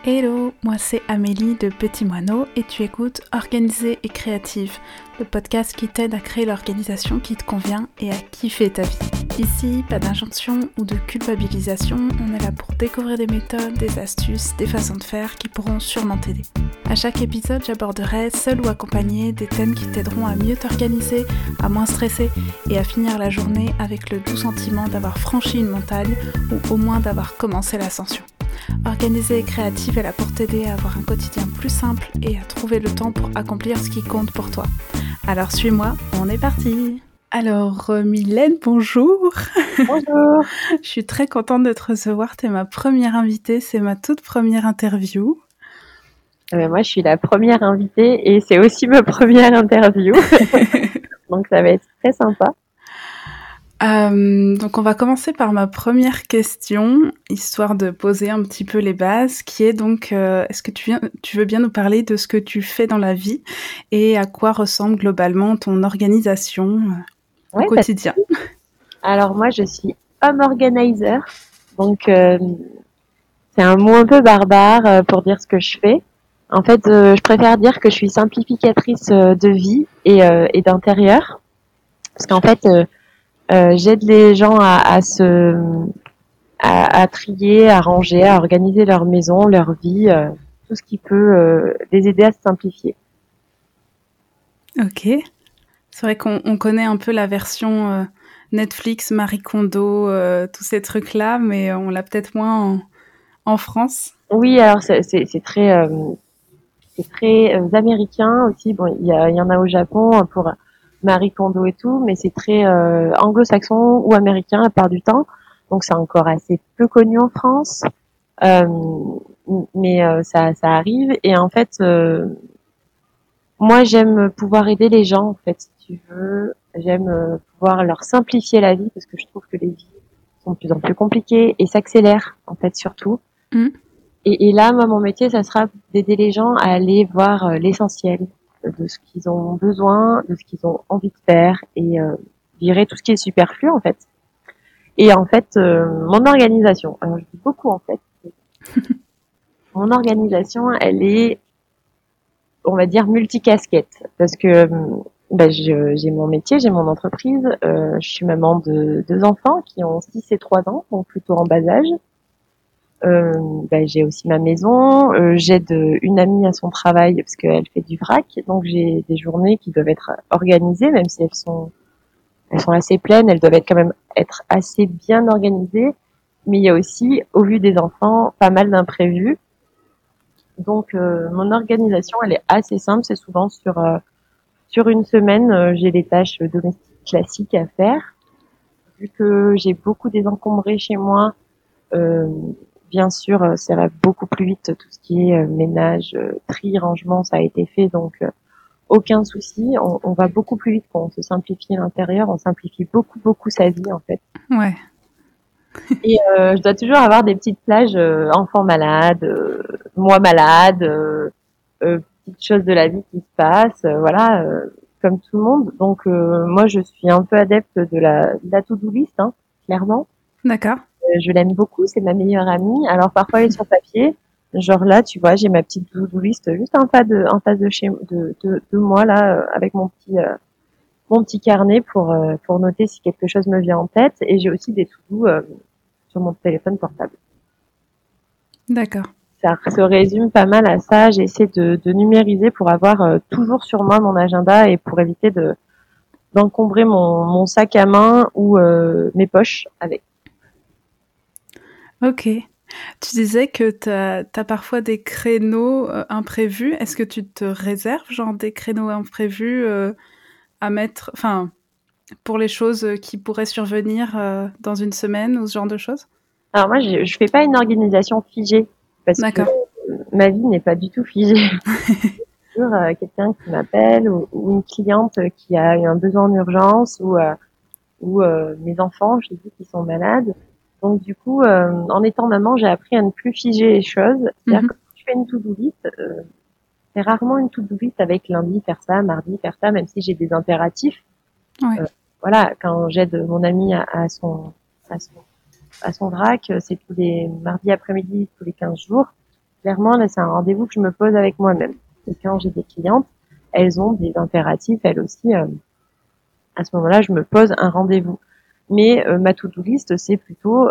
Hello, moi c'est Amélie de Petit Moineau et tu écoutes Organisée et Créative, le podcast qui t'aide à créer l'organisation qui te convient et à kiffer ta vie. Ici, pas d'injonction ou de culpabilisation, on est là pour découvrir des méthodes, des astuces, des façons de faire qui pourront sûrement t'aider. À chaque épisode, j'aborderai, seul ou accompagné, des thèmes qui t'aideront à mieux t'organiser, à moins stresser et à finir la journée avec le doux sentiment d'avoir franchi une montagne ou au moins d'avoir commencé l'ascension. Organisée et créative est là pour t'aider à avoir un quotidien plus simple et à trouver le temps pour accomplir ce qui compte pour toi. Alors suis-moi, on est parti! Alors Mylène, bonjour! Bonjour! Je suis très contente de te recevoir, t'es ma première invitée, c'est ma toute première interview. Moi, je suis la première invitée et c'est aussi ma première interview. Donc ça va être très sympa. Donc on va commencer par ma première question, histoire de poser un petit peu les bases, qui est donc, est-ce que tu veux bien nous parler de ce que tu fais dans la vie et à quoi ressemble globalement ton organisation au quotidien? Alors moi, je suis home organizer, donc c'est un mot un peu barbare pour dire ce que je fais. En fait, je préfère dire que je suis simplificatrice de vie et d'intérieur, parce qu'en fait, j'aide les gens à trier, à ranger, à organiser leur maison, leur vie, tout ce qui peut les aider à se simplifier. Ok. C'est vrai qu'on connaît un peu la version Netflix, Marie Kondo, tous ces trucs-là, mais on l'a peut-être moins en France. Oui, alors c'est très américain aussi. Bon, il y en a au Japon pour Marie Kondo et tout, mais c'est très anglo-saxon ou américain la part du temps. Donc c'est encore assez peu connu en France, euh, mais ça arrive. Et en fait, moi j'aime pouvoir aider les gens. En fait, si tu veux, j'aime pouvoir leur simplifier la vie parce que je trouve que les vies sont de plus en plus compliquées et s'accélèrent en fait surtout. Mmh. Et là, moi, mon métier, ça sera d'aider les gens à aller voir l'essentiel de ce qu'ils ont besoin, de ce qu'ils ont envie de faire et virer tout ce qui est superflu, en fait. Et en fait, mon organisation, alors je dis beaucoup en fait, mon organisation, elle est, on va dire, multicasquette. Parce que j'ai mon métier, j'ai mon entreprise, je suis maman de 2 enfants qui ont 6 et 3 ans, donc plutôt en bas âge. J'ai aussi ma maison, j'aide une amie à son travail parce qu'elle fait du vrac, donc j'ai des journées qui doivent être organisées, même si elles sont assez pleines, elles doivent être quand même être assez bien organisées, mais il y a aussi, au vu des enfants, pas mal d'imprévus. Donc mon organisation, elle est assez simple, c'est souvent sur une semaine, j'ai des tâches domestiques classiques à faire. Vu que j'ai beaucoup désencombré chez moi, euh, bien sûr, ça va beaucoup plus vite, tout ce qui est ménage, tri, rangement, ça a été fait, donc aucun souci. On va beaucoup plus vite quand on se simplifie l'intérieur, on simplifie beaucoup sa vie en fait. Ouais. Et je dois toujours avoir des petites plages enfants malades, moi malade, petites choses de la vie qui se passent, voilà, comme tout le monde. Donc moi, je suis un peu adepte de la to-do list, hein, clairement. D'accord. Je l'aime beaucoup, c'est ma meilleure amie. Alors parfois elle est sur papier, genre là, tu vois, j'ai ma petite to-do list juste en face de chez de moi là, avec mon petit carnet pour noter si quelque chose me vient en tête. Et j'ai aussi des to-do sur mon téléphone portable. D'accord. Ça se résume pas mal à ça. J'essaie de numériser pour avoir toujours sur moi mon agenda et pour éviter d'encombrer mon sac à main ou mes poches avec. Ok. Tu disais que t'as parfois des créneaux imprévus. Est-ce que tu te réserves genre des créneaux imprévus à mettre, enfin, pour les choses qui pourraient survenir dans une semaine ou ce genre de choses? Alors moi, je fais pas une organisation figée parce que D'accord. ma vie n'est pas du tout figée. Toujours quelqu'un qui m'appelle ou une cliente qui a eu un besoin en urgence ou mes enfants, je dis qu'ils sont malades. Donc du coup, en étant maman, j'ai appris à ne plus figer les choses. C'est-à-dire que quand je fais une to-do list, c'est rarement une to-do list avec lundi faire ça, mardi faire ça, même si j'ai des impératifs. Ouais. Voilà, quand j'aide mon ami à son vrac, c'est tous les mardis après-midi, tous les 15 jours. clairement, là, c'est un rendez-vous que je me pose avec moi-même. Et quand j'ai des clientes, elles ont des impératifs, elles aussi. À ce moment-là, je me pose un rendez-vous. Mais ma to-do list, c'est plutôt,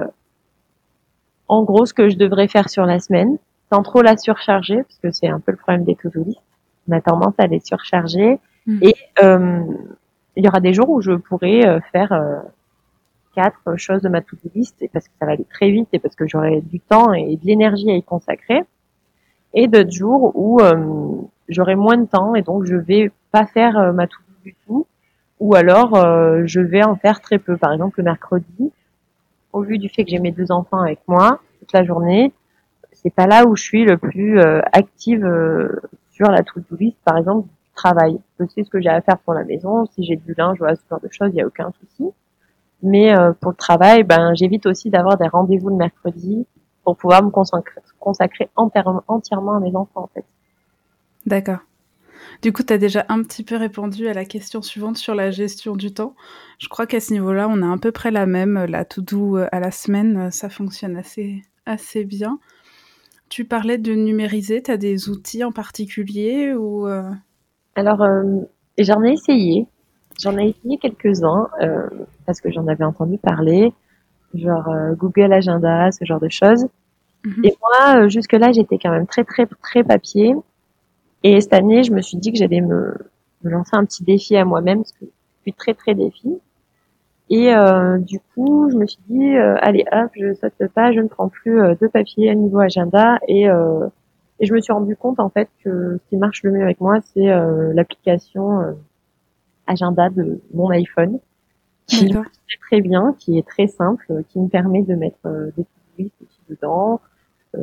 en gros, ce que je devrais faire sur la semaine, sans trop la surcharger, parce que c'est un peu le problème des to-do list. On a tendance à les surcharger. Et il y aura des jours où je pourrais faire 4 choses de ma to-do list, et parce que ça va aller très vite et parce que j'aurai du temps et de l'énergie à y consacrer. Et d'autres jours où j'aurai moins de temps et donc je vais pas faire ma to-do du tout, ou alors je vais en faire très peu. Par exemple, le mercredi, au vu du fait que j'ai mes 2 enfants avec moi toute la journée, c'est pas là où je suis le plus active sur la to-do list, par exemple, du travail. Je sais ce que j'ai à faire pour la maison, si j'ai du linge, voilà, ce genre de choses, il n'y a aucun souci. Mais pour le travail, ben, j'évite aussi d'avoir des rendez-vous le mercredi pour pouvoir me consacrer entièrement à mes enfants, en fait. D'accord. Du coup, tu as déjà un petit peu répondu à la question suivante sur la gestion du temps. Je crois qu'à ce niveau-là, on a à peu près la même. La to-do à la semaine, ça fonctionne assez bien. Tu parlais de numériser, tu as des outils en particulier ou Alors, j'en ai essayé. J'en ai essayé quelques-uns parce que j'en avais entendu parler, genre Google Agenda, ce genre de choses. Et moi, jusque-là, j'étais quand même très, très, très papier. Et cette année, je me suis dit que j'allais me lancer un petit défi à moi-même, parce que je suis très, très défi. Et du coup, je me suis dit, allez hop, je saute le pas, je ne prends plus de papier à niveau agenda. Et je me suis rendu compte, en fait, que ce qui marche le mieux avec moi, c'est l'application agenda de mon iPhone, qui D'accord. marche très, très bien, qui est très simple, qui me permet de mettre des to-do list aussi dedans, euh,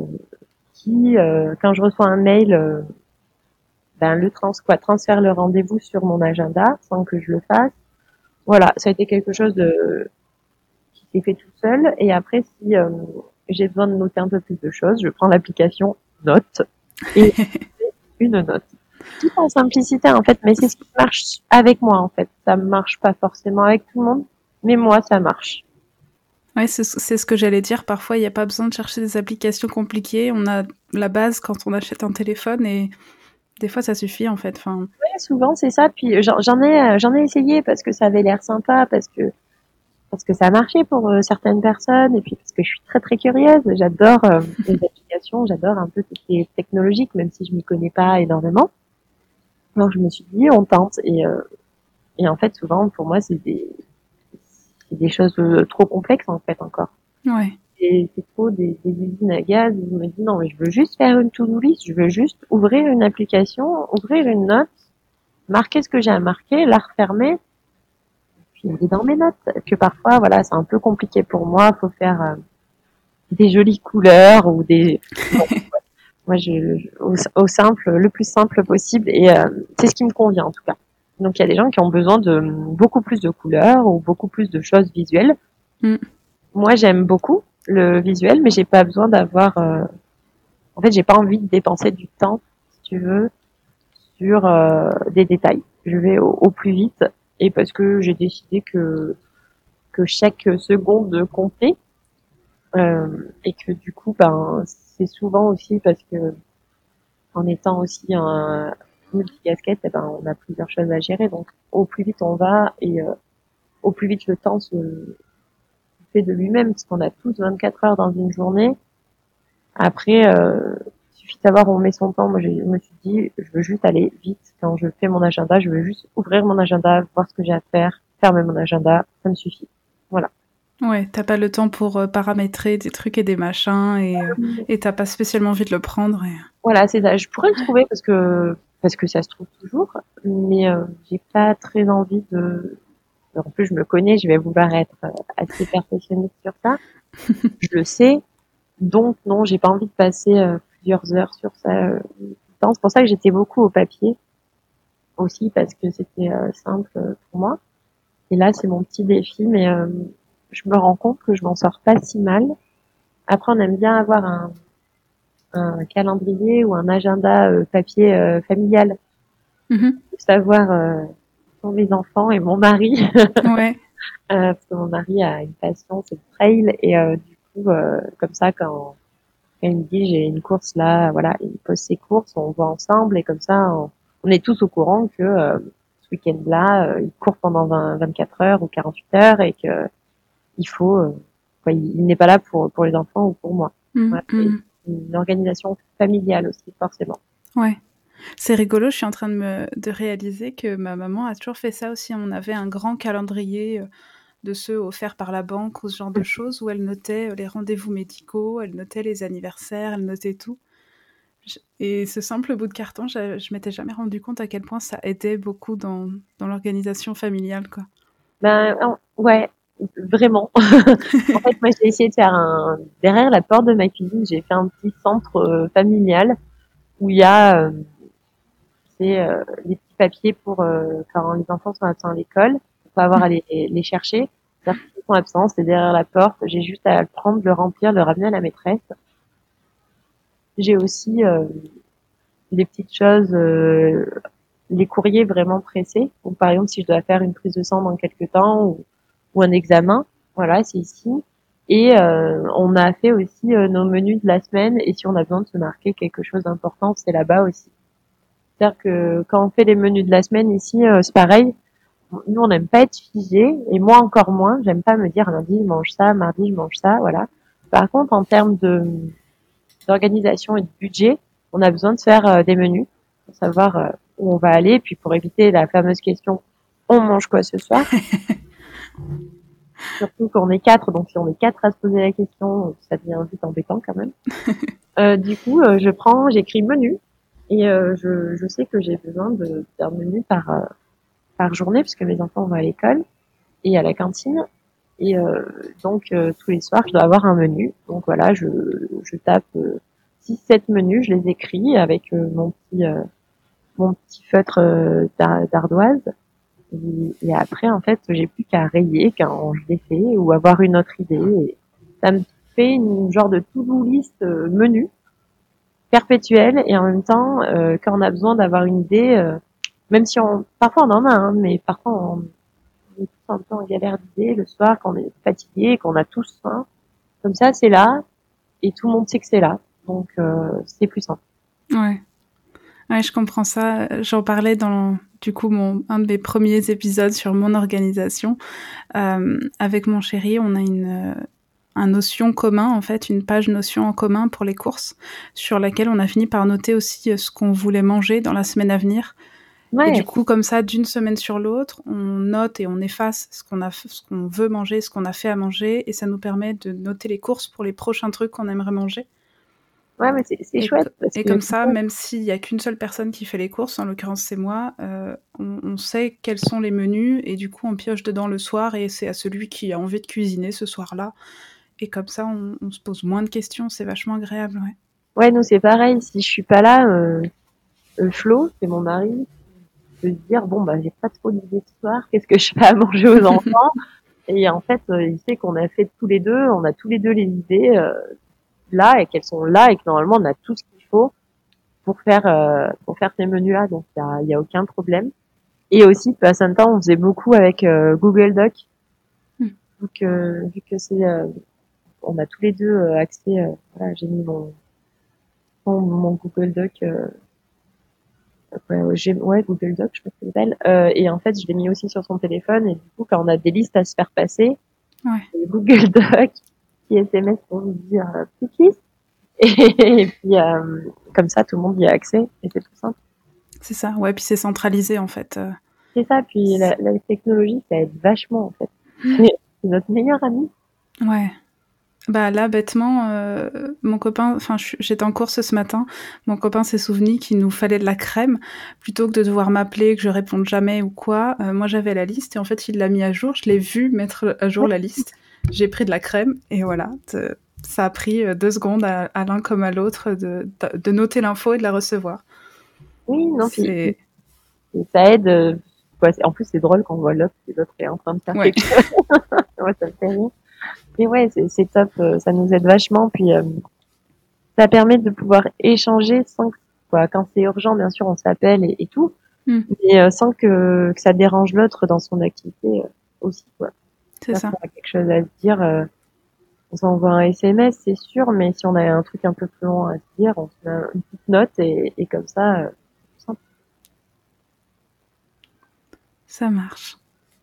quand je reçois un mail, ben transfère le rendez-vous sur mon agenda sans que je le fasse. Voilà, ça a été quelque chose qui s'est fait tout seul. Et après, si j'ai besoin de noter un peu plus de choses, je prends l'application Notes et une note. Tout en simplicité en fait, mais c'est ce qui marche avec moi en fait. Ça marche pas forcément avec tout le monde, mais moi ça marche. Ouais, c'est ce que j'allais dire. Parfois, il n'y a pas besoin de chercher des applications compliquées. On a la base quand on achète un téléphone et des fois, ça suffit en fait. Enfin, Ouais, souvent c'est ça. Puis j'en ai essayé parce que ça avait l'air sympa, parce que ça a marché pour certaines personnes, et puis parce que je suis très très curieuse. J'adore les applications, j'adore un peu tout ce qui est technologique, même si je m'y connais pas énormément. Donc je me suis dit, on tente. Et en fait, souvent, pour moi, c'est des choses trop complexes en fait encore. ouais. Et c'est trop des usines à gaz où je me dis non, mais je veux juste faire une to-do list, je veux juste ouvrir une application, ouvrir une note, marquer ce que j'ai à marquer, la refermer, puis aller dans mes notes. Que parfois, voilà, c'est un peu compliqué pour moi, faut faire des jolies couleurs ou des. Bon, moi, au simple, le plus simple possible, et c'est ce qui me convient en tout cas. Donc, il y a des gens qui ont besoin de beaucoup plus de couleurs ou beaucoup plus de choses visuelles. Mm. Moi, j'aime beaucoup le visuel, mais j'ai pas besoin d'avoir. En fait, j'ai pas envie de dépenser du temps, si tu veux, sur des détails. Je vais au plus vite, et parce que j'ai décidé que chaque seconde comptait, et que du coup, ben, c'est souvent aussi parce que en étant aussi un multicasquette, eh ben, on a plusieurs choses à gérer. Donc, au plus vite on va, et au plus vite le temps se fait de lui-même, parce qu'on a tous 24 heures dans une journée. Après, il suffit de savoir où on met son temps. Moi, je me suis dit, je veux juste aller vite. Quand je fais mon agenda, je veux juste ouvrir mon agenda, voir ce que j'ai à faire, fermer mon agenda. Ça me suffit. Voilà. Ouais, t'as pas le temps pour paramétrer des trucs et des machins et t'as pas spécialement envie de le prendre. Voilà, c'est ça. Je pourrais le trouver parce que ça se trouve toujours, mais j'ai pas très envie de. En plus, je me connais, je vais vouloir être assez perfectionniste sur ça. Je le sais, donc non, j'ai pas envie de passer plusieurs heures sur ça. C'est pour ça que j'étais beaucoup au papier aussi, parce que c'était simple pour moi. Et là, c'est mon petit défi, mais je me rends compte que je m'en sors pas si mal. Après, on aime bien avoir un calendrier ou un agenda papier familial, Mm-hmm. pour savoir pour mes enfants et mon mari, Ouais. parce que mon mari a une passion, c'est le trail, et du coup, comme ça, quand Elle me dit, j'ai une course là, voilà, il pose ses courses, on voit ensemble et comme ça, on est tous au courant que ce week-end-là, il court pendant 24 heures ou 48 heures et que il faut, il n'est pas là pour les enfants ou pour moi. Voilà. Et une organisation familiale aussi, forcément. Ouais. C'est rigolo, je suis en train de réaliser que ma maman a toujours fait ça aussi. On avait un grand calendrier de ceux offerts par la banque ou ce genre de choses où elle notait les rendez-vous médicaux, elle notait les anniversaires, elle notait tout. Et ce simple bout de carton, je m'étais jamais rendu compte à quel point ça aidait beaucoup dans l'organisation familiale, quoi. Ben, ouais, vraiment. En fait, moi, j'ai essayé de faire derrière la porte de ma cuisine, j'ai fait un petit centre familial où il y a les petits papiers pour quand les enfants sont absents à l'école, pour pas avoir à les chercher. C'est-à-dire qu'ils sont absents, c'est derrière la porte. J'ai juste à le prendre, le remplir, le ramener à la maîtresse. J'ai aussi les petites choses, les courriers vraiment pressés. Donc, par exemple, si je dois faire une prise de sang dans quelques temps ou un examen, voilà, c'est ici. Et on a fait aussi nos menus de la semaine. Et si on a besoin de se marquer quelque chose d'important, c'est là-bas aussi. C'est-à-dire que quand on fait les menus de la semaine ici, c'est pareil. Nous, on n'aime pas être figé, et moi encore moins. J'aime pas me dire lundi je mange ça, mardi je mange ça, voilà. Par contre, en termes d'organisation et de budget, on a besoin de faire des menus pour savoir où on va aller, puis pour éviter la fameuse question on mange quoi ce soir. Surtout qu'on est 4, donc si on est 4 à se poser la question, ça devient vite embêtant quand même. Du coup, j'écris menu. Et je sais que j'ai besoin d'un menu par journée puisque mes enfants vont à l'école et à la cantine. Et donc tous les soirs, je dois avoir un menu. Donc voilà, je tape 6-7 menus, je les écris avec mon petit feutre d'ardoise. Et après, en fait, j'ai plus qu'à rayer quand je l'ai fait ou avoir une autre idée. Et ça me fait une genre de to-do list menu perpétuelle et en même temps, quand on a besoin d'avoir une idée, même si parfois on en a, hein, mais parfois on est tous un peu en galère d'idées le soir quand on est fatigué, qu'on a tous faim. Comme ça, c'est là et tout le monde sait que c'est là, donc c'est plus simple. Ouais. Ouais, je comprends ça. J'en parlais dans, du coup, un de mes premiers épisodes sur mon organisation. Avec mon chéri, on a un notion commun, en fait, une page notion en commun pour les courses, sur laquelle on a fini par noter aussi ce qu'on voulait manger dans la semaine à venir. Ouais. Et du coup, comme ça, d'une semaine sur l'autre, on note et on efface ce qu'on veut manger, ce qu'on a fait à manger, et ça nous permet de noter les courses pour les prochains trucs qu'on aimerait manger. Ouais, mais c'est chouette. Et comme ça, même s'il y a qu'une seule personne qui fait les courses, en l'occurrence c'est moi, on sait quels sont les menus et du coup on pioche dedans le soir et c'est à celui qui a envie de cuisiner ce soir-là. Et comme ça, on se pose moins de questions, c'est vachement agréable, ouais. Ouais, nous c'est pareil. Si je suis pas là, Flo, c'est mon mari, peut se dire bon bah j'ai pas trop d'idées ce soir, qu'est-ce que je fais à manger aux enfants? Et en fait, il sait qu'on a fait tous les deux, on a tous les deux les idées là et qu'elles sont là et que normalement on a tout ce qu'il faut pour faire ces menus là, donc il y a aucun problème. Et aussi à un temps on faisait beaucoup avec Google Doc. Donc vu que c'est on a tous les deux accès voilà, j'ai mis mon Google Doc Google Doc, je crois que c'est belle. Et en fait, je l'ai mis aussi sur son téléphone. Et du coup, quand on a des listes à se faire passer, Google Doc qui SMS pour nous dire petite liste. Et puis, comme ça, tout le monde y a accès. Et c'est tout simple. C'est ça, ouais, puis c'est centralisé en fait. C'est ça, puis la technologie, ça aide vachement en fait. C'est notre meilleur ami. Ouais. Bah là, bêtement, mon copain, enfin j'étais en course ce matin, mon copain s'est souvenu qu'il nous fallait de la crème, plutôt que de devoir m'appeler, que je réponde jamais ou quoi, moi j'avais la liste et en fait il l'a mis à jour, je l'ai vu mettre à jour la liste, j'ai pris de la crème et voilà, ça a pris 2 secondes à l'un comme à l'autre de noter l'info et de la recevoir. Oui, non, puis ça aide, en plus c'est drôle quand on voit l'autre est en train de faire quelque chose. Ouais, ça me fait rire. Mais ouais, c'est top, ça nous aide vachement, puis ça permet de pouvoir échanger sans que, quand c'est urgent, bien sûr, on s'appelle et tout, mais sans que ça dérange l'autre dans son activité aussi, quoi. C'est ça. On a quelque chose à se dire, on s'envoie un SMS, c'est sûr, mais si on a un truc un peu plus long à se dire, on se met une petite note et comme ça, c'est plus simple. Ça marche.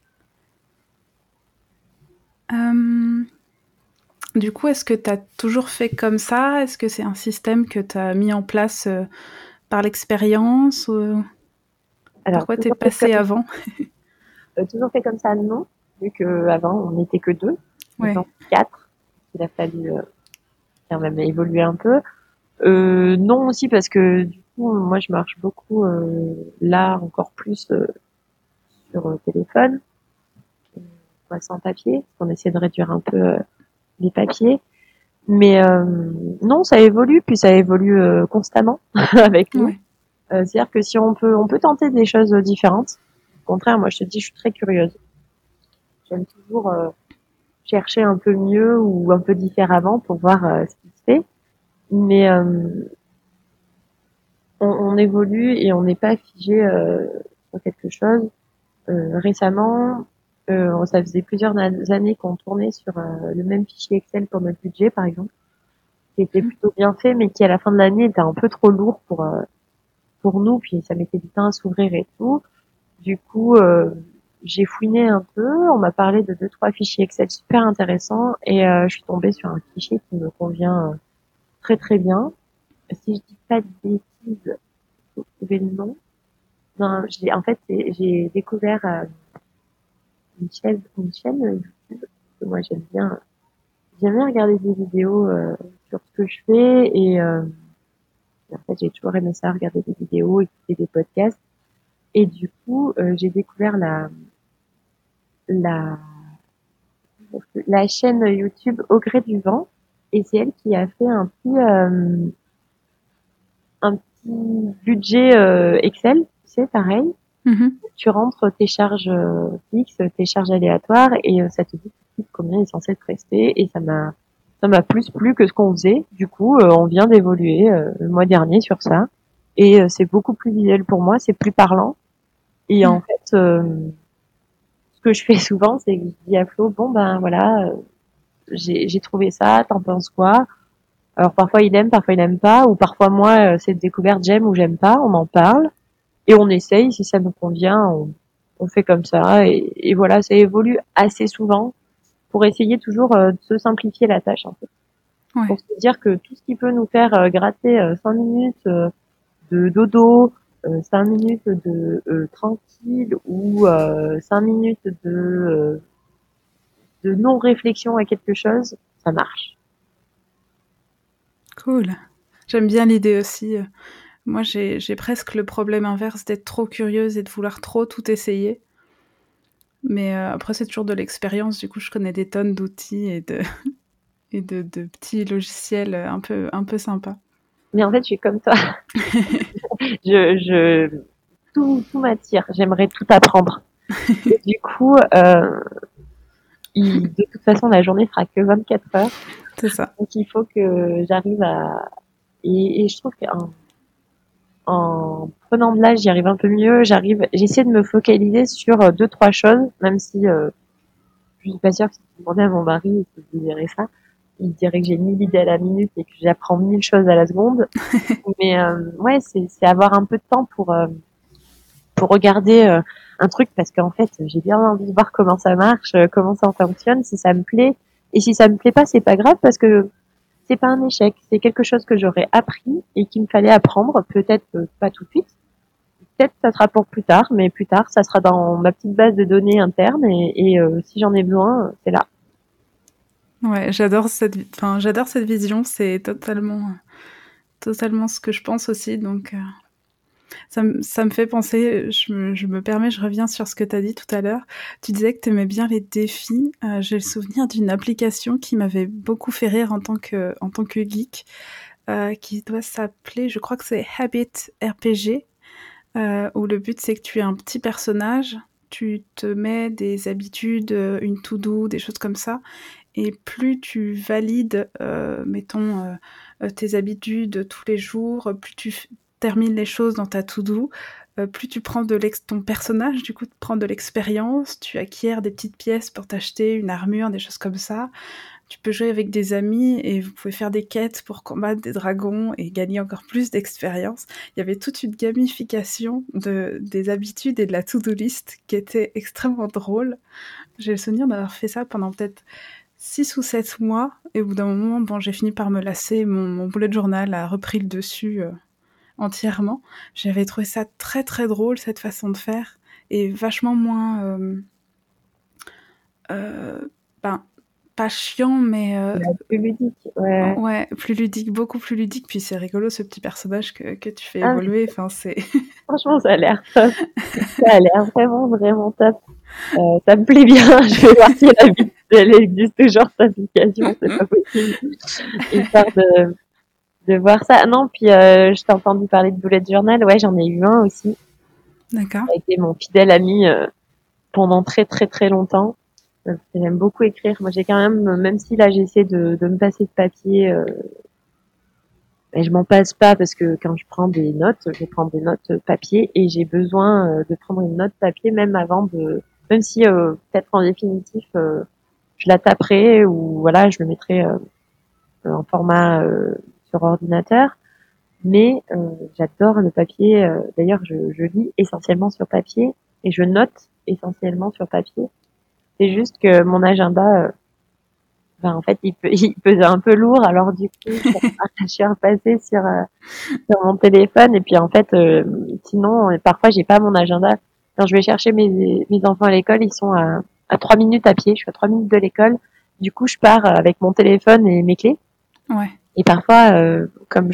Du coup, est-ce que tu as toujours fait comme ça? Est-ce que c'est un système que tu as mis en place par l'expérience ou... Alors, Pourquoi t'es passé avant? toujours fait comme ça, non, vu qu'avant, on n'était que 2, Ouais. maintenant 4. Il a fallu quand même évoluer un peu. Non aussi parce que du coup, moi, je marche beaucoup là, encore plus sur téléphone, sans papier. On essaie de réduire un peu les papiers. Mais non, ça évolue, puis ça évolue constamment avec nous. Ouais. C'est-à-dire que si on peut tenter des choses différentes. Au contraire, moi, je te dis, je suis très curieuse. J'aime toujours chercher un peu mieux ou un peu différemment pour voir ce qui se fait. Mais on évolue et on n'est pas figé sur quelque chose. Récemment, ça faisait plusieurs années qu'on tournait sur le même fichier Excel pour notre budget, par exemple, qui était plutôt bien fait, mais qui à la fin de l'année était un peu trop lourd pour nous, puis ça mettait du temps à s'ouvrir et tout. Du coup, j'ai fouiné un peu, on m'a parlé de 2-3 fichiers Excel super intéressants et je suis tombée sur un fichier qui me convient très très bien. Si je dis pas de bêtises, vous trouvez le nom. Non, en fait, j'ai découvert une chaîne YouTube que moi j'aime bien regarder des vidéos sur ce que je fais et en fait j'ai toujours aimé ça, regarder des vidéos, écouter des podcasts et du coup j'ai découvert la la chaîne YouTube Au gré du vent et c'est elle qui a fait un petit budget Excel, tu sais, pareil. Mm-hmm. Tu rentres tes charges fixes, tes charges aléatoires et ça te dit tout de suite combien est censé te rester et ça m'a plus plu que ce qu'on faisait. Du coup, on vient d'évoluer le mois dernier sur ça et c'est beaucoup plus visuel pour moi, c'est plus parlant. Et en fait, ce que je fais souvent, c'est que je dis à Flo, bon ben voilà, j'ai trouvé ça, t'en penses quoi? Alors parfois il aime, parfois il aime pas, ou parfois moi cette découverte j'aime ou j'aime pas, on en parle. Et on essaye, si ça nous convient, on fait comme ça. Et voilà, ça évolue assez souvent pour essayer toujours de se simplifier la tâche, en fait. Ouais. Pour se dire que tout ce qui peut nous faire gratter 5 minutes de dodo, 5 minutes de tranquille ou 5 minutes de non-réflexion à quelque chose, ça marche. Cool. J'aime bien l'idée aussi. Moi, j'ai presque le problème inverse d'être trop curieuse et de vouloir trop tout essayer. Mais après, c'est toujours de l'expérience. Du coup, je connais des tonnes d'outils et de petits logiciels un peu sympas. Mais en fait, je suis comme toi. je tout m'attire. J'aimerais tout apprendre. Et du coup, de toute façon, la journée fera que 24 heures. C'est ça. Donc, il faut que j'arrive à... Et je trouve en prenant de l'âge, j'y arrive un peu mieux. J'essaie de me focaliser sur 2-3 choses, même si je suis pas sûre que si je demandais à mon mari, il dirait ça. Il dirait que j'ai 1000 idées à la minute et que j'apprends 1000 choses à la seconde. Mais ouais, c'est avoir un peu de temps pour regarder un truc parce qu'en fait j'ai bien envie de voir comment ça marche, comment ça fonctionne, si ça me plaît et si ça me plaît pas c'est pas grave parce que c'est pas un échec, c'est quelque chose que j'aurais appris et qu'il me fallait apprendre, peut-être pas tout de suite, peut-être ça sera pour plus tard, mais plus tard ça sera dans ma petite base de données interne et si j'en ai besoin c'est là. Ouais, j'adore cette vision, c'est totalement ce que je pense aussi, donc ça me fait penser, je me permets, je reviens sur ce que tu as dit tout à l'heure. Tu disais que tu aimais bien les défis. J'ai le souvenir d'une application qui m'avait beaucoup fait rire en tant que geek, qui doit s'appeler, je crois que c'est Habit RPG, où le but c'est que tu es un petit personnage, tu te mets des habitudes, une to-do, des choses comme ça, et plus tu valides, mettons, tes habitudes tous les jours, plus tu termines les choses dans ta to-do, plus tu prends ton personnage, du coup, prends de l'expérience, tu acquiers des petites pièces pour t'acheter une armure, des choses comme ça. tu peux jouer avec des amis et vous pouvez faire des quêtes pour combattre des dragons et gagner encore plus d'expérience. Il y avait toute une gamification des habitudes et de la to-do list qui était extrêmement drôle. J'ai le souvenir d'avoir fait ça pendant peut-être 6 ou 7 mois, et au bout d'un moment, j'ai fini par me lasser, mon bullet journal a repris le dessus entièrement. J'avais trouvé ça très très drôle, cette façon de faire, et vachement moins... pas chiant, mais... plus ludique, ouais. Ouais, plus ludique, beaucoup plus ludique, puis c'est rigolo ce petit personnage que tu fais Ah, évoluer, enfin c'est... Franchement, ça a l'air top. Ça a l'air vraiment, vraiment top. Ça me plaît bien. Je vais voir si elle existe toujours, cette application. C'est pas possible. Histoire de voir ça. Non, puis je t'ai entendu parler de bullet journal. Ouais, j'en ai eu un aussi. D'accord. Ça a été mon fidèle ami pendant très, très, très longtemps. J'aime beaucoup écrire. Moi, j'ai quand même si là, j'essaie de me passer de papier, et je m'en passe pas parce que quand je prends des notes, je prends des notes papier et j'ai besoin de prendre une note papier même même si peut-être en définitif je la taperai ou voilà, je le mettrai en format sur ordinateur. Mais j'adore le papier. D'ailleurs, je lis essentiellement sur papier et je note essentiellement sur papier. C'est juste que mon agenda en fait, il pesait un peu lourd, alors du coup, je suis repassée sur mon téléphone, et puis en fait, sinon, parfois, j'ai pas mon agenda. Quand je vais chercher mes enfants à l'école, ils sont à 3 minutes à pied, je suis à 3 minutes de l'école. Du coup, je pars avec mon téléphone et mes clés. Ouais. Et parfois, comme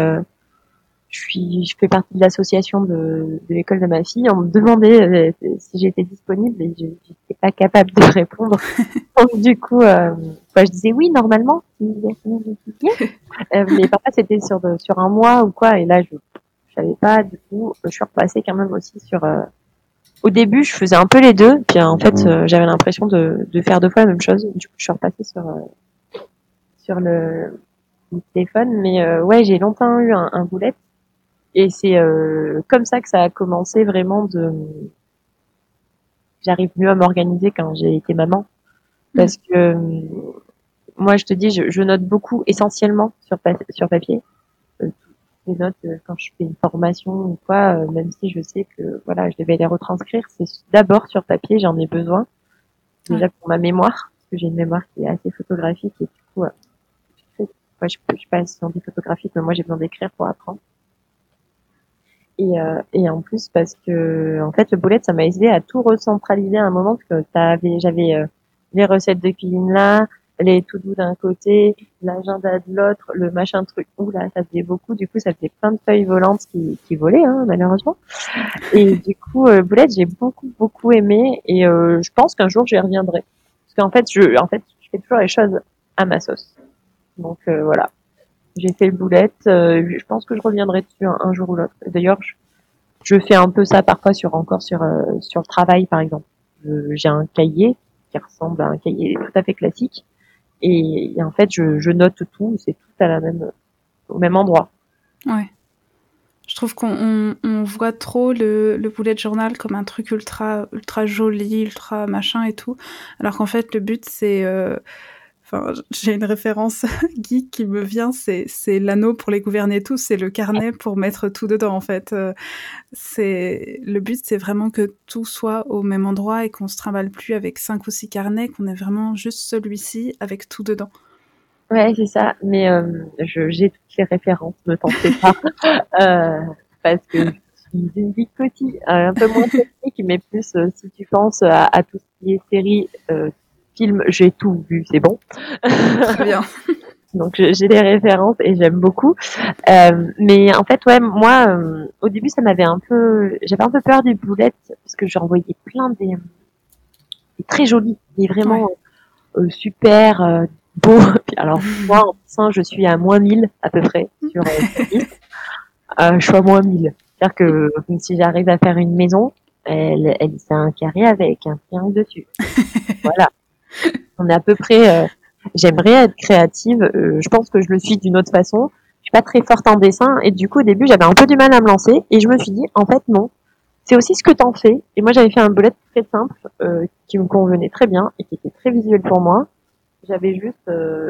je fais partie de l'association de l'école de ma fille. On me demandait si j'étais disponible et je n'étais pas capable de répondre. Donc du coup, je disais oui normalement. Mais parfois c'était sur un mois ou quoi. Et là, je savais pas. Du coup, je suis repassée quand même aussi sur. Au début, je faisais un peu les deux. Puis en fait, j'avais l'impression de faire deux fois la même chose. Du coup, je suis repassée sur le téléphone. Mais ouais, j'ai longtemps eu un bullet. Et c'est comme ça que ça a commencé vraiment j'arrive mieux à m'organiser quand j'ai été maman. Parce que moi, je te dis, je note beaucoup essentiellement sur papier. Les notes, quand je fais une formation ou quoi, même si je sais que voilà, je devais les retranscrire, c'est d'abord sur papier, j'en ai besoin. Déjà pour ma mémoire, parce que j'ai une mémoire qui est assez photographique et du coup, je suis pas si photographique, mais moi j'ai besoin d'écrire pour apprendre. Et en plus parce que en fait le bullet ça m'a aidé à tout recentraliser à un moment parce que j'avais les recettes de cuisine là, les to do d'un côté, l'agenda de l'autre, le machin truc. Ouh là, ça faisait beaucoup. Du coup, ça faisait plein de feuilles volantes qui volaient malheureusement. Et du coup, bullet j'ai beaucoup aimé et je pense qu'un jour j'y reviendrai parce qu'en fait je fais toujours les choses à ma sauce. Donc voilà. J'ai fait le bullet. Je pense que je reviendrai dessus un jour ou l'autre. D'ailleurs, je fais un peu ça parfois sur le travail, par exemple. J'ai un cahier qui ressemble à un cahier tout à fait classique. Et en fait, je note tout. C'est tout au même endroit. Ouais. Je trouve qu'on voit trop le bullet journal comme un truc ultra joli, ultra machin et tout. Alors qu'en fait, le but, c'est... j'ai une référence geek qui me vient, c'est l'anneau pour les gouverner tous, c'est le carnet pour mettre tout dedans en fait. Le but, c'est vraiment que tout soit au même endroit et qu'on se trimballe plus avec 5 ou 6 carnets, qu'on ait vraiment juste celui-ci avec tout dedans. Ouais, c'est ça. Mais j'ai toutes les références, ne t'en fais pas, parce que je suis une geekotie, un peu moins technique, mais plus si tu penses à tout ce qui est série. Film, j'ai tout vu, c'est bon. Très bien. Donc j'ai des références et j'aime beaucoup. Mais en fait, ouais, moi, au début, j'avais un peu peur des boulettes parce que j'en voyais plein des très jolis, des vraiment super beaux. Alors moi, en dessin, je suis à moins 1000 à peu près sur 10. Je suis à moins 1000. C'est-à-dire que si j'arrive à faire une maison, c'est un carré avec un triangle dessus. Voilà. On est à peu près. J'aimerais être créative. Je pense que je le suis d'une autre façon. Je suis pas très forte en dessin et du coup au début j'avais un peu du mal à me lancer et je me suis dit en fait non. C'est aussi ce que t'en fais. Et moi j'avais fait un bullet très simple qui me convenait très bien et qui était très visuel pour moi. J'avais juste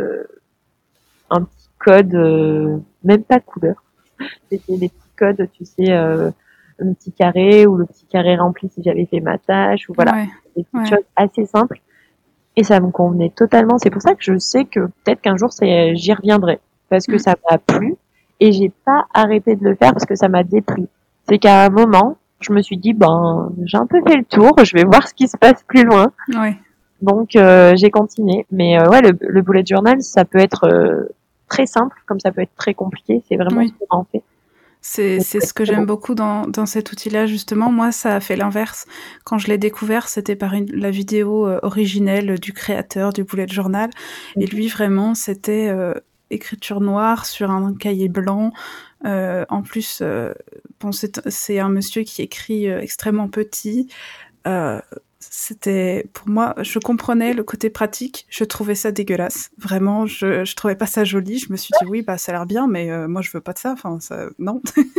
un petit code, même pas couleur. C'était des petits codes, tu sais, un petit carré ou le petit carré rempli si j'avais fait ma tâche ou voilà, Ouais, des petites ouais. choses assez simples. Et ça me convenait totalement. C'est pour ça que je sais que peut-être qu'un jour j'y reviendrai parce que Mm. ça m'a plu et j'ai pas arrêté de le faire parce que ça m'a déplu. C'est qu'à un moment, je me suis dit ben j'ai un peu fait le tour, je vais voir ce qui se passe plus loin. Ouais. Donc j'ai continué. Mais ouais, le bullet journal, ça peut être très simple comme ça peut être très compliqué. C'est vraiment ce Oui. qu'on en fait. C'est C'est ce que très j'aime bon. beaucoup dans cet outil-là, justement. Moi, ça a fait l'inverse. Quand je l'ai découvert, c'était par la vidéo originelle du créateur du bullet journal. Et lui, vraiment, c'était écriture noire sur un cahier blanc. En plus, bon, c'est un monsieur qui écrit extrêmement petit. Euh, C'était pour moi, je comprenais le côté pratique, je trouvais ça dégueulasse. Vraiment, je trouvais pas ça joli. Je me suis dit oui, bah ça a l'air bien, mais moi je veux pas de ça. Enfin, ça, non.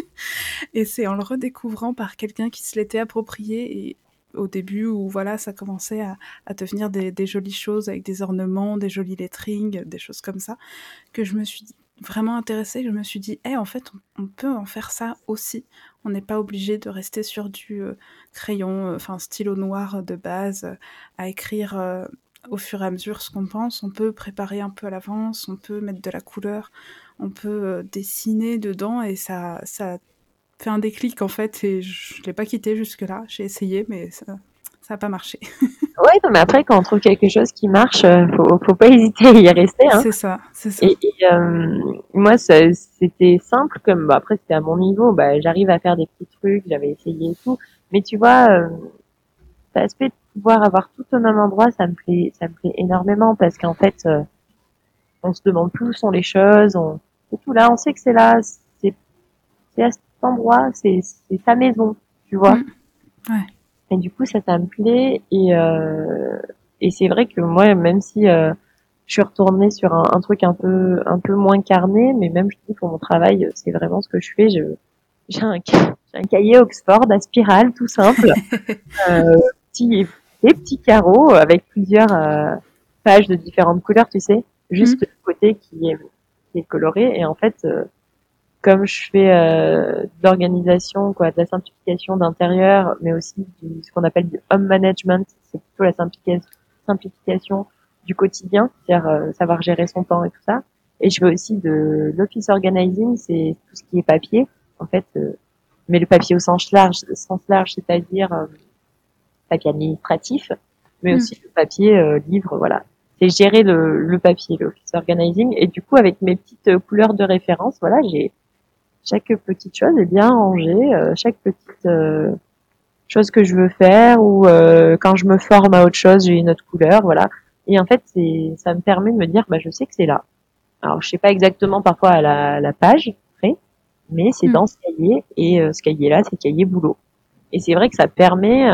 Et c'est en le redécouvrant par quelqu'un qui se l'était approprié et au début où voilà, ça commençait à devenir des jolies choses avec des ornements, des jolis lettrings, des choses comme ça, que je me suis vraiment intéressée. Je me suis dit, en fait, on peut en faire ça aussi. On n'est pas obligé de rester sur du crayon, enfin stylo noir de base, à écrire au fur et à mesure ce qu'on pense. On peut préparer un peu à l'avance, on peut mettre de la couleur, on peut dessiner dedans et ça fait un déclic en fait et je l'ai pas quitté jusque-là. J'ai essayé mais ça a pas marché. Ouais, non, mais après, quand on trouve quelque chose qui marche, faut pas hésiter à y rester, hein. C'est ça, c'est ça. Et moi, c'était simple, comme bah, après c'était à mon niveau, bah, j'arrive à faire des petits trucs, j'avais essayé et tout. Mais tu vois, cet aspect de pouvoir avoir tout au même endroit, ça me plaît énormément parce qu'en fait, on se demande plus où sont les choses, c'est tout là, on sait que c'est là, c'est à cet endroit, c'est sa maison, tu vois. Mm. Ouais. Et du coup, ça me plaît et c'est vrai que moi, même si je suis retournée sur un truc un peu moins carné, mais même je trouve pour mon travail, c'est vraiment ce que je fais. J'ai j'ai un cahier Oxford à spirale, tout simple, euh, petit, des petits carreaux avec plusieurs pages de différentes couleurs, tu sais, juste Mm. le côté qui est coloré. Et en fait, comme je fais de l'organisation, quoi, de la simplification d'intérieur, mais aussi ce qu'on appelle du home management, c'est plutôt la simplification du quotidien, c'est-à-dire savoir gérer son temps et tout ça. Et je fais aussi de l'office organizing, c'est tout ce qui est papier, en fait, mais le papier sens large, c'est-à-dire papier administratif, mais Mm. aussi le papier livre, voilà. C'est gérer le papier, l'office organizing, et du coup avec mes petites couleurs de référence, voilà, j'ai chaque petite chose est bien rangée, chaque petite chose que je veux faire ou quand je me forme à autre chose, j'ai une autre couleur, voilà. Et en fait, ça me permet de me dire, bah, je sais que c'est là. Alors, je sais pas exactement parfois à la page près, mais c'est Mm. dans ce cahier et ce cahier-là, c'est le cahier boulot. Et c'est vrai que ça permet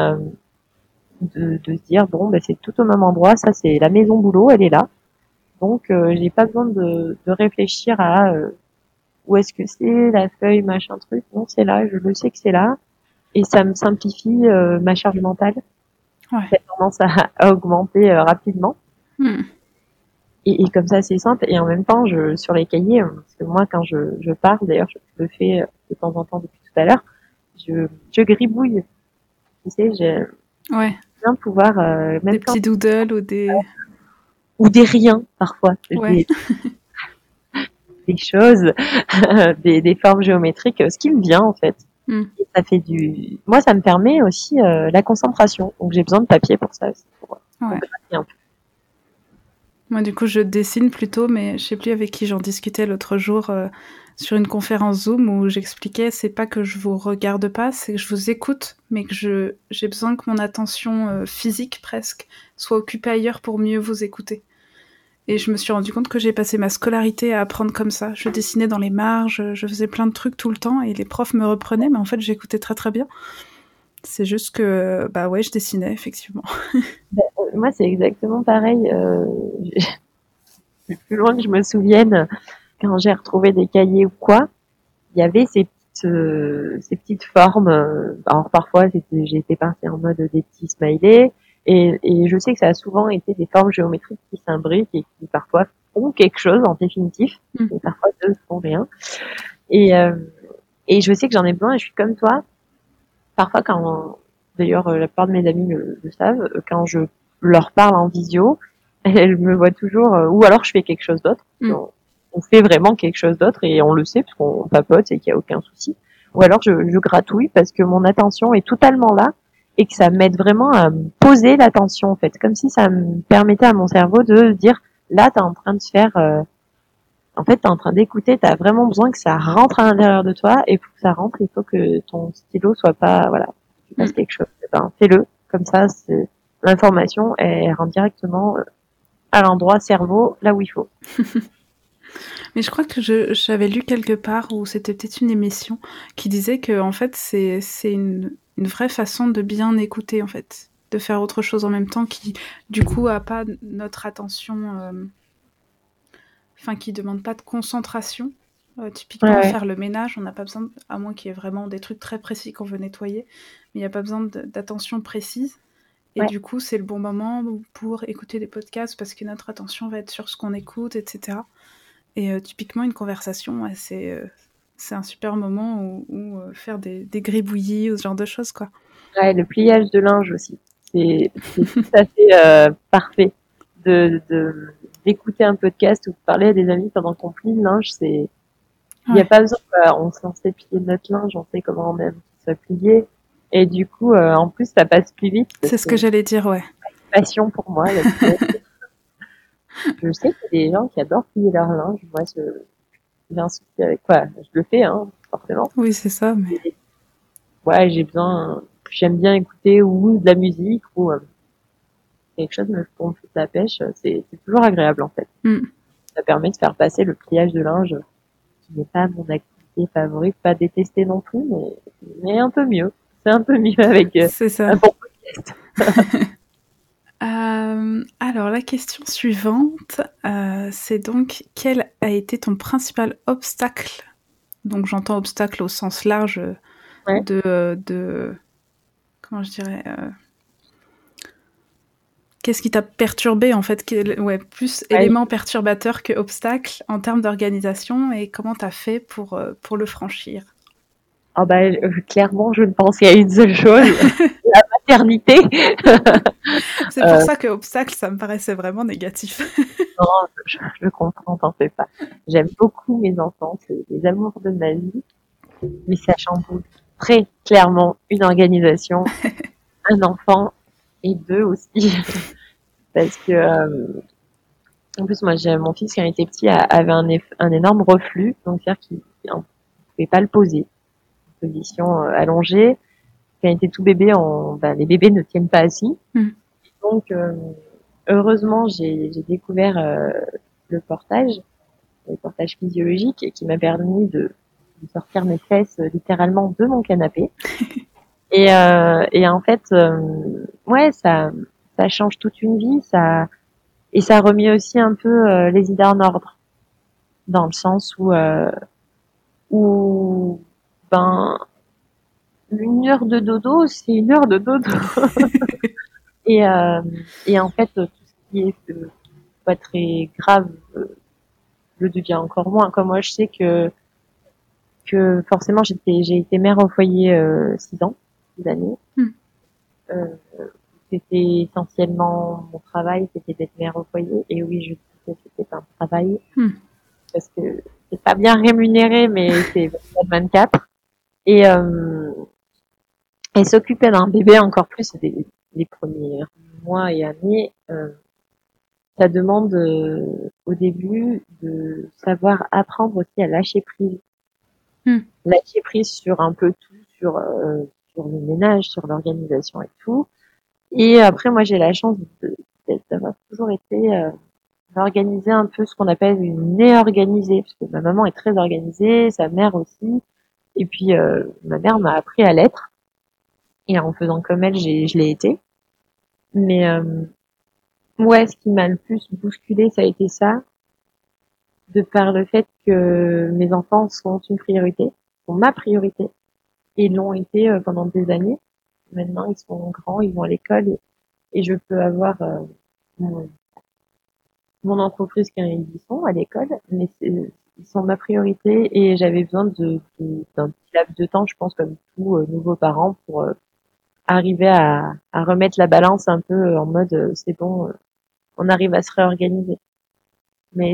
de se dire, bon, bah, c'est tout au même endroit, ça c'est la maison boulot, elle est là. Donc, j'ai pas besoin de réfléchir à où est-ce que c'est, la feuille, machin truc. Non, c'est là, je le sais que c'est là. Et ça me simplifie ma charge mentale Ouais. qui a tendance à augmenter rapidement. Mm. Et comme ça, c'est simple. Et en même temps, sur les cahiers, parce que moi, quand je parle, d'ailleurs, je le fais de temps en temps depuis tout à l'heure, je gribouille. Tu sais, j'aime Ouais. bien pouvoir, Des même quand, petits doodles ou des... ou des riens parfois, Ouais. des choses, des formes géométriques, ce qui me vient en fait. Mm. Et ça fait moi, ça me permet aussi la concentration. Donc j'ai besoin de papier pour ça aussi, pour Ouais. gratter un peu. Moi, du coup, je dessine plutôt, mais je sais plus avec qui j'en discutais l'autre jour sur une conférence Zoom où j'expliquais, c'est pas que je vous regarde pas, c'est que je vous écoute, mais que j'ai besoin que mon attention physique presque soit occupée ailleurs pour mieux vous écouter. Et je me suis rendu compte que j'ai passé ma scolarité à apprendre comme ça. Je dessinais dans les marges, je faisais plein de trucs tout le temps et les profs me reprenaient, mais en fait, j'écoutais très très bien. C'est juste que, bah ouais, je dessinais, effectivement. Moi, c'est exactement pareil. Plus loin que je me souvienne, quand j'ai retrouvé des cahiers ou quoi, il y avait ces petites formes. Alors parfois, j'étais partie en mode des petits smileys. Et je sais que ça a souvent été des formes géométriques qui s'imbriquent et qui parfois font quelque chose en définitif, et parfois ne font rien. Et, euh, et je sais que j'en ai besoin et je suis comme toi. Parfois d'ailleurs la plupart de mes amis le savent, quand je leur parle en visio, elles me voient toujours, ou alors je fais quelque chose d'autre. On fait vraiment quelque chose d'autre et on le sait parce qu'on papote et qu'il n'y a aucun souci. Ou alors je gratouille parce que mon attention est totalement là et que ça m'aide vraiment à me poser l'attention en fait, comme si ça me permettait à mon cerveau de dire là t'es en train de faire, en fait t'es en train d'écouter, t'as vraiment besoin que ça rentre à l'intérieur de toi et pour que ça rentre il faut que ton stylo soit pas, voilà, tu fasses quelque chose. Et ben fais-le, comme ça l'information elle rentre directement à l'endroit cerveau là où il faut. Mais je crois que j'avais lu quelque part, ou c'était peut-être une émission, qui disait que en fait c'est une vraie façon de bien écouter en fait, de faire autre chose en même temps qui du coup a pas notre attention, enfin qui demande pas de concentration. Typiquement faire le ménage, on n'a pas besoin, à moins qu'il y ait vraiment des trucs très précis qu'on veut nettoyer, mais il n'y a pas besoin d'attention précise. Et du coup, c'est le bon moment pour écouter des podcasts parce que notre attention va être sur ce qu'on écoute, etc. Et typiquement, une conversation, c'est un super moment où faire des gribouillis ou ce genre de choses, quoi. Ouais, le pliage de linge aussi. C'est tout à fait parfait d'écouter un podcast ou de parler à des amis pendant qu'on plie le linge. Il n'y a pas besoin, on sait plier notre linge, on sait comment on aime qu'il soit plié. Et du coup, en plus, ça passe plus vite. C'est ce que j'allais dire, ouais. C'est une passion pour moi. Je sais qu'il y a des gens qui adorent plier leur linge. Moi, j'ai un souci avec quoi. Je le fais, hein, forcément. Oui, c'est ça. Mais... ouais, j'aime bien écouter ou de la musique ou quelque chose pour me foutre la pêche. C'est toujours agréable, en fait. Ça permet de faire passer le pliage de linge, qui n'est pas mon activité favorite, pas détestée non plus, mais un peu mieux. C'est un peu mieux avec un bon podcast. Alors, la question suivante, c'est donc quel a été ton principal obstacle? Donc, j'entends obstacle au sens large de comment je dirais, qu'est-ce qui t'a perturbé en fait, plus élément perturbateur que obstacle en termes d'organisation, et comment t'as fait pour le franchir? Ah bah clairement, je ne pense qu'à une seule chose, la maternité. C'est pour ça que obstacle, ça me paraissait vraiment négatif. Non, je comprends, t'en fais pas. J'aime beaucoup mes enfants, c'est les amours de ma vie, mais ça chamboule très clairement une organisation, un enfant et deux aussi, parce que en plus moi j'ai mon fils quand il était petit avait un énorme reflux, donc c'est-à-dire qu'il ne pouvait pas le poser, en position allongée. Quand il était tout bébé, les bébés ne tiennent pas assis, donc heureusement j'ai découvert le portage physiologique qui m'a permis de sortir mes fesses littéralement de mon canapé. Et en fait, ouais, ça change toute une vie, et ça remet aussi un peu les idées en ordre, dans le sens où ben une heure de dodo, c'est une heure de dodo. et en fait, tout ce qui est pas très grave le devient encore moins. Comme moi, je sais que forcément j'ai été mère au foyer 6 ans, 6 années. C'était essentiellement mon travail, c'était d'être mère au foyer. Et oui, je dis que c'était un travail parce que c'est pas bien rémunéré, mais c'est 24. Et s'occuper d'un bébé encore plus les premiers mois et années, ça demande au début de savoir apprendre aussi à lâcher prise. Lâcher prise sur un peu tout, sur le ménage, sur l'organisation et tout. Et après, moi, j'ai la chance d'avoir toujours été organisée un peu ce qu'on appelle une née organisée, parce que ma maman est très organisée, sa mère aussi. Et puis, ma mère m'a appris à l'être. Et en faisant comme elle, je l'ai été. Mais ouais, ce qui m'a le plus bousculé, ça a été ça, de par le fait que mes enfants sont une priorité, sont ma priorité, et l'ont été pendant des années. Maintenant, ils sont grands, ils vont à l'école, et je peux avoir mon, mon entreprise quand ils y sont à l'école, mais ils sont ma priorité et j'avais besoin d'un petit laps de temps, je pense, comme tout nouveau parent, pour arriver à remettre la balance un peu en mode c'est bon, on arrive à se réorganiser. Mais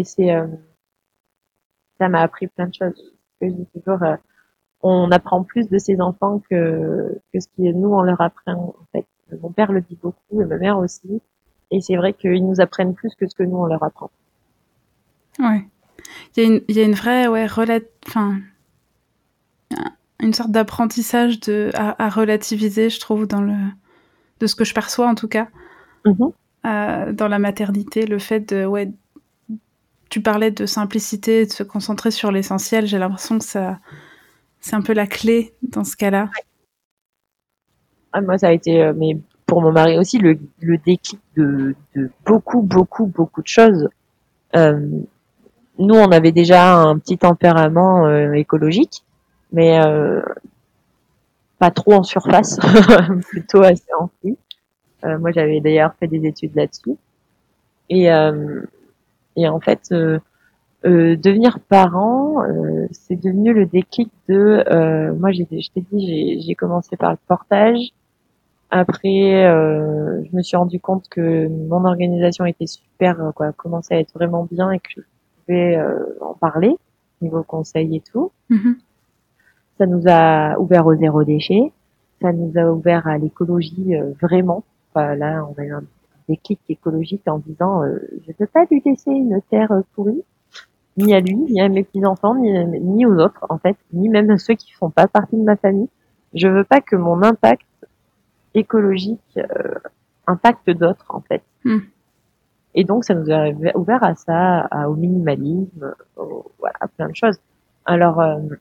ça m'a appris plein de choses. Je dis toujours, on apprend plus de ses enfants que ce que nous on leur apprend en fait. Mon père le dit beaucoup et ma mère aussi. Et c'est vrai qu'ils nous apprennent plus que ce que nous on leur apprend. Ouais. Il y a une vraie enfin une sorte d'apprentissage à relativiser, je trouve, de ce que je perçois en tout cas, dans la maternité, le fait de tu parlais de simplicité, de se concentrer sur l'essentiel. J'ai l'impression que c'est un peu la clé dans ce cas-là. Ah, moi, ça a été, mais pour mon mari aussi, le déclic de beaucoup, beaucoup, beaucoup de choses. Nous, on avait déjà un petit tempérament écologique, mais pas trop en surface, plutôt assez enfouis. Moi, j'avais d'ailleurs fait des études là-dessus. Et, euh, et en fait, devenir parent, c'est devenu le déclic de. Moi, je t'ai dit, j'ai commencé par le portage. Après, je me suis rendu compte que mon organisation était super, quoi, commençait à être vraiment bien et que je pouvais en parler niveau conseil et tout. Ça nous a ouvert au zéro déchet. Ça nous a ouvert à l'écologie vraiment. Enfin, là, on a eu un déclic écologique en disant je ne peux pas lui laisser une terre pourrie, ni à lui, ni à mes petits-enfants, ni aux autres, en fait, ni même à ceux qui font pas partie de ma famille. Je veux pas que mon impact écologique impacte d'autres, en fait. Et donc, ça nous a ouvert à ça, au minimalisme, voilà, plein de choses. Alors,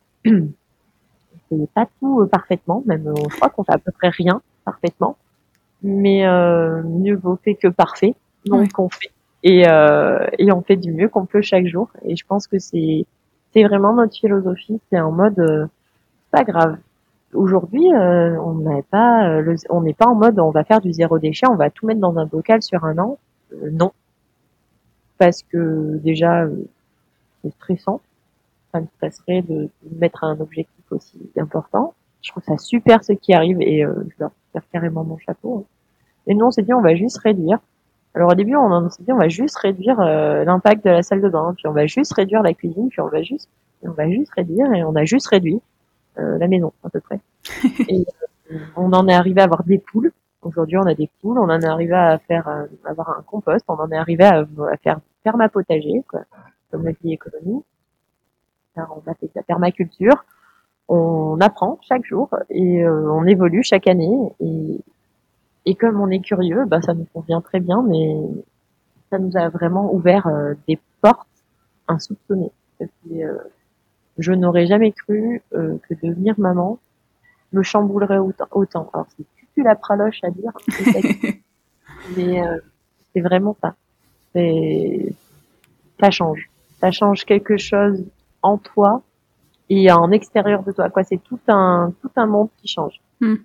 fait pas tout parfaitement, même je crois qu'on fait à peu près rien parfaitement, mais mieux vaut fait que parfait, donc on fait et on fait du mieux qu'on peut chaque jour. Et je pense que c'est vraiment notre philosophie, c'est en mode pas grave. Aujourd'hui, on n'est pas en mode on va faire du zéro déchet, on va tout mettre dans un bocal sur un an. Non, parce que déjà c'est stressant. Ça me stresserait de mettre un objectif aussi important. Je trouve ça super ce qui arrive et je leur tire carrément mon chapeau. Et nous, on s'est dit, on va juste réduire. Alors au début, on s'est dit, on va juste réduire l'impact de la salle de bain, puis on va juste réduire la cuisine, puis on va juste réduire et on a juste réduit la maison à peu près. Et on en est arrivé à avoir des poules. Aujourd'hui, on a des poules. On en est arrivé à faire avoir un compost. On en est arrivé à faire permapotager, quoi, comme le dit économie. Alors, on a fait de la permaculture. On apprend chaque jour et on évolue chaque année. Et comme on est curieux, bah, ça nous convient très bien, mais ça nous a vraiment ouvert des portes insoupçonnées. Et, je n'aurais jamais cru que devenir maman me chamboulerait autant. Alors c'est plus la praloche à dire, mais c'est vraiment ça. Ça change. Ça change quelque chose en toi et en extérieur de toi. Quoi, c'est tout un monde qui change.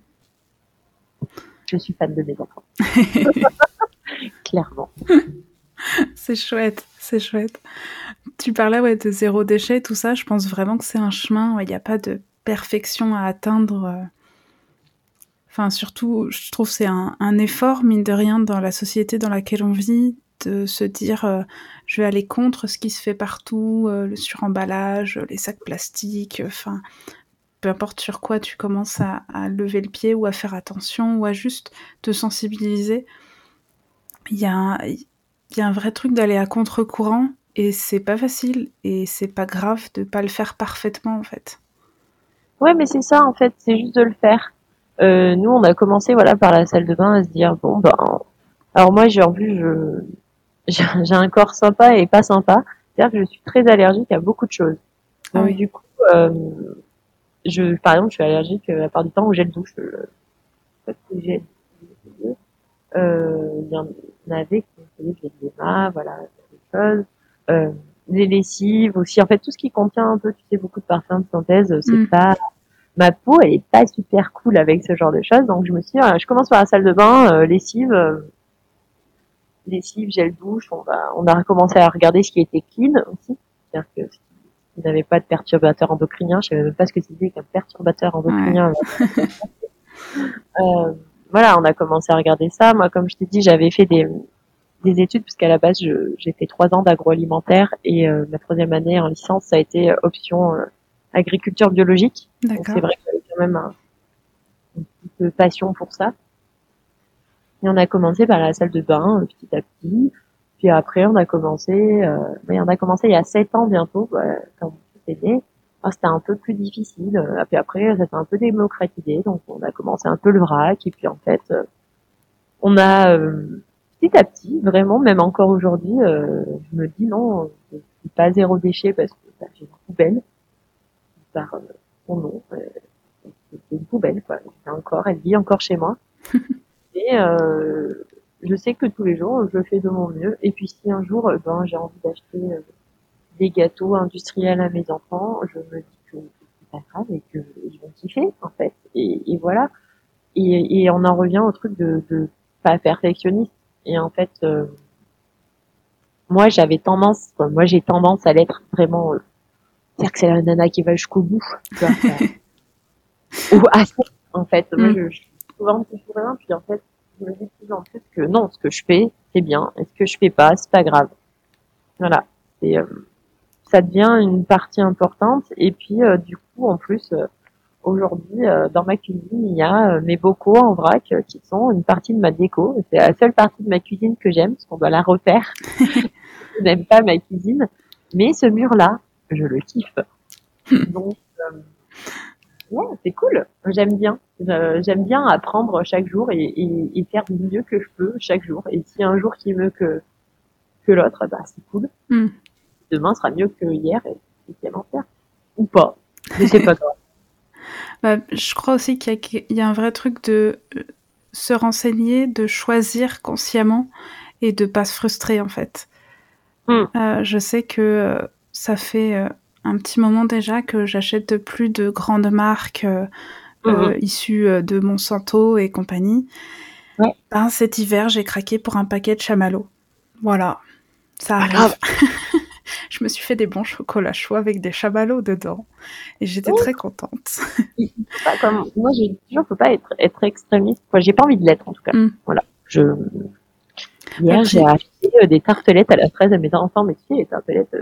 Je suis fan de mes enfants. Clairement. C'est chouette, c'est chouette. Tu parlais de zéro déchet, tout ça. Je pense vraiment que c'est un chemin où il n'y a pas de perfection à atteindre. Enfin, surtout, je trouve que c'est un effort, mine de rien, dans la société dans laquelle on vit, de se dire je vais aller contre ce qui se fait partout, le suremballage, les sacs plastiques, enfin, peu importe sur quoi tu commences à lever le pied ou à faire attention ou à juste te sensibiliser. Il y a un vrai truc d'aller à contre-courant et c'est pas facile et c'est pas grave de pas le faire parfaitement en fait. Ouais, mais c'est ça en fait, c'est juste de le faire. Nous, on a commencé voilà par la salle de bain à se dire bon ben, alors moi j'ai j'ai un corps sympa et pas sympa, c'est-à-dire que je suis très allergique à beaucoup de choses. Donc du coup, par exemple, je suis allergique la part du temps au gel douche. Il y en avait qui me faisaient des mains, voilà, des choses. Les lessives aussi. En fait, tout ce qui contient un peu, tu sais, beaucoup de parfums de synthèse, c'est pas ma peau, elle est pas super cool avec ce genre de choses. Donc je me suis dit, je commence par la salle de bain, lessive. lessive, gel douche, on a recommencé à regarder ce qui était clean aussi. C'est-à-dire que il n'avait pas de perturbateur endocrinien. Je savais même pas ce que c'était qu'un perturbateur endocrinien. Ouais. Voilà, on a commencé à regarder ça. Moi, comme je t'ai dit, j'avais fait des études parce qu'à la base, j'ai fait 3 ans d'agroalimentaire et ma 3e année en licence, ça a été option agriculture biologique. Donc c'est vrai que j'avais quand même une petite passion pour ça. Et on a commencé par la salle de bain petit à petit. Puis après, on a commencé il y a 7 ans bientôt, quand c'était né. C'était un peu plus difficile. Puis après, ça s'est un peu démocratisé. Donc, on a commencé un peu le vrac. Et puis, en fait, on a petit à petit, vraiment, même encore aujourd'hui, je me dis non, je suis pas zéro déchet parce que j'ai une poubelle par son nom. C'est une poubelle, quoi. Elle vit encore chez moi. Et je sais que tous les jours, je fais de mon mieux. Et puis si un jour, j'ai envie d'acheter des gâteaux industriels à mes enfants, je me dis que c'est pas grave et qu'ils vont kiffer, en fait. Et voilà. Et on en revient au truc de pas perfectionniste. Et en fait, moi j'ai tendance à l'être vraiment, c'est-à-dire que c'est la nana qui va jusqu'au bout. Tu vois, ou assez, en fait. Moi, je suis souvent pour rien, puis en fait, je me dis de plus en plus que non, ce que je fais, c'est bien, et ce que je fais pas, c'est pas grave. Voilà. Et, ça devient une partie importante, et puis, du coup, en plus, aujourd'hui, dans ma cuisine, il y a mes bocaux en vrac qui sont une partie de ma déco. C'est la seule partie de ma cuisine que j'aime, parce qu'on doit la refaire. Je n'aime pas ma cuisine, mais ce mur-là, je le kiffe. Donc, ouais, c'est cool. J'aime bien. J'aime bien apprendre chaque jour et faire du mieux que je peux chaque jour. Et si un jour qui est mieux que l'autre, c'est cool. Demain sera mieux que hier et avant-hier. Ou pas. Mais c'est pas grave. Je crois aussi qu'il y a un vrai truc de se renseigner, de choisir consciemment et de pas se frustrer en fait. Je sais que ça fait un petit moment déjà que j'achète plus de grandes marques issues de Monsanto et compagnie. Ouais. Cet hiver, j'ai craqué pour un paquet de chamallows. Voilà, ça arrive. Je me suis fait des bons chocolats chauds avec des chamallows dedans et j'étais très contente. Moi, j'ai toujours faut pas être extrémiste. Moi, j'ai pas envie de l'être en tout cas. Voilà. Hier, j'ai acheté des tartelettes à la fraise à mes enfants, mais tu sais, les tartelettes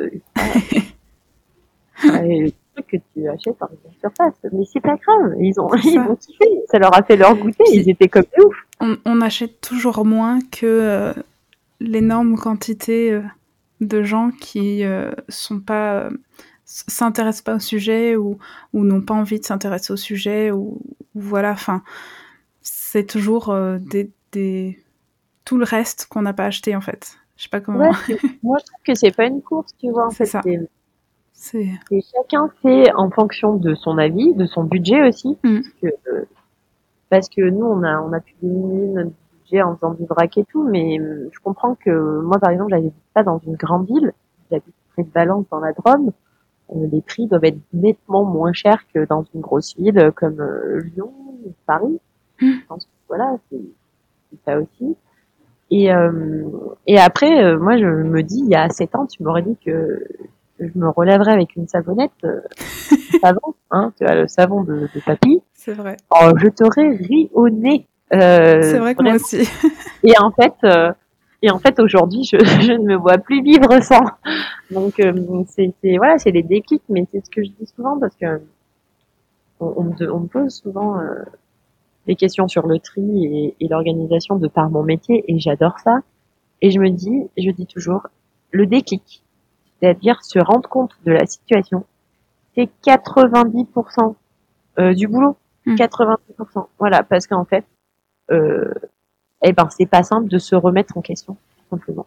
le truc que tu achètes en surface. Mais c'est pas grave, ils ont kiffé, ça leur a fait leur goûter, ils étaient comme des ouf. On achète toujours moins que l'énorme quantité de gens qui s'intéressent pas au sujet ou n'ont pas envie de s'intéresser au sujet ou voilà, enfin, c'est toujours tout le reste qu'on n'a pas acheté en fait. Je sais pas comment. Ouais, moi je trouve que c'est pas une course, tu vois, en fait. Ça. C'est chacun fait en fonction de son avis, de son budget aussi, parce que nous on a pu diminuer notre budget en faisant du vrac et tout, mais je comprends que moi par exemple j'habite pas dans une grande ville, j'habite près de Valence dans la Drôme, les prix doivent être nettement moins chers que dans une grosse ville comme Lyon ou Paris. Je pense que voilà, c'est ça aussi. Et après, moi, je me dis, il y a 7 ans, tu m'aurais dit que je me relèverais avec une savonnette, savon, hein, tu vois, le savon de papy. C'est vrai. Oh, je t'aurais ri au nez. C'est vrai que moi aussi. Et en fait, aujourd'hui, je ne me vois plus vivre sans. Donc, c'est les déclics, mais c'est ce que je dis souvent parce que on me pose souvent des questions sur le tri et l'organisation de par mon métier, et j'adore ça. Et je dis toujours, le déclic, c'est-à-dire se rendre compte de la situation, c'est 90% du boulot. 90%. Voilà, parce qu'en fait, c'est pas simple de se remettre en question, simplement.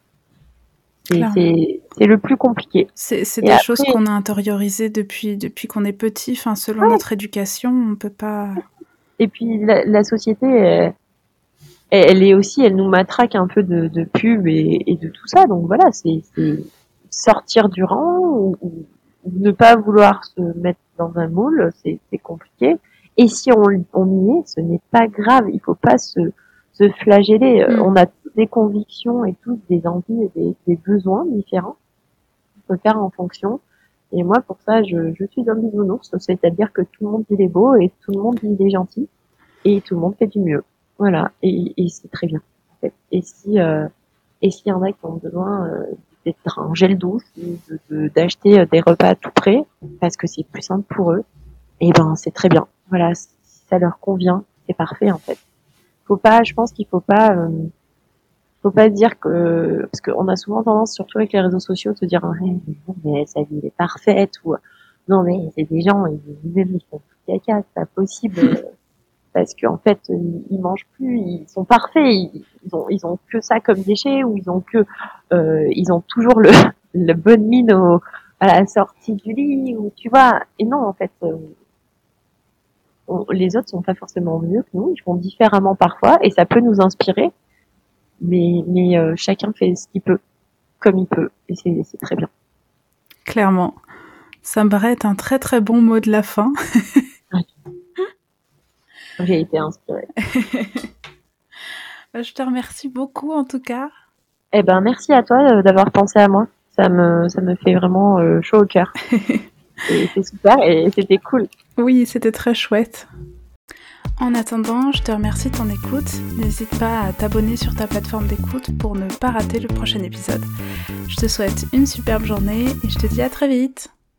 C'est le plus compliqué. C'est des choses qu'on a intériorisées depuis qu'on est petit. Enfin, selon notre éducation, on peut pas. Et puis la société, elle est aussi, elle nous matraque un peu de pub et de tout ça. Donc voilà, c'est sortir du rang ou ne pas vouloir se mettre dans un moule, c'est compliqué. Et si on y est, ce n'est pas grave. Il faut pas se flageller. des convictions et tous des envies et des besoins différents. On peut faire en fonction. Et moi, pour ça, je suis un bisounours, c'est-à-dire que tout le monde dit il est beau et tout le monde dit il est gentil et tout le monde fait du mieux. Voilà, et c'est très bien. En fait. Et s'il y en a qui ont besoin d'être en gel douche, d'acheter des repas tout prêts parce que c'est plus simple pour eux, et ben c'est très bien. Voilà, si ça leur convient, c'est parfait en fait. Je pense qu'il faut pas dire que, parce qu'on a souvent tendance, surtout avec les réseaux sociaux, de se dire ouais, mais sa vie est parfaite ou non mais c'est des gens ils font tout caca, c'est pas possible parce qu'en fait ils mangent plus, ils sont parfaits, ils ont que ça comme déchet ou ils ont toujours le bonne mine à la sortie du lit ou tu vois, et non en fait les autres sont pas forcément mieux que nous, ils font différemment parfois et ça peut nous inspirer. Mais chacun fait ce qu'il peut, comme il peut, et c'est très bien. Clairement. Ça me paraît être un très très bon mot de la fin. J'ai été inspirée. Je te remercie beaucoup en tout cas. Eh ben merci à toi d'avoir pensé à moi. Ça me fait vraiment chaud au cœur. Et c'est super et c'était cool. Oui, c'était très chouette. En attendant, je te remercie de ton écoute. N'hésite pas à t'abonner sur ta plateforme d'écoute pour ne pas rater le prochain épisode. Je te souhaite une superbe journée et je te dis à très vite.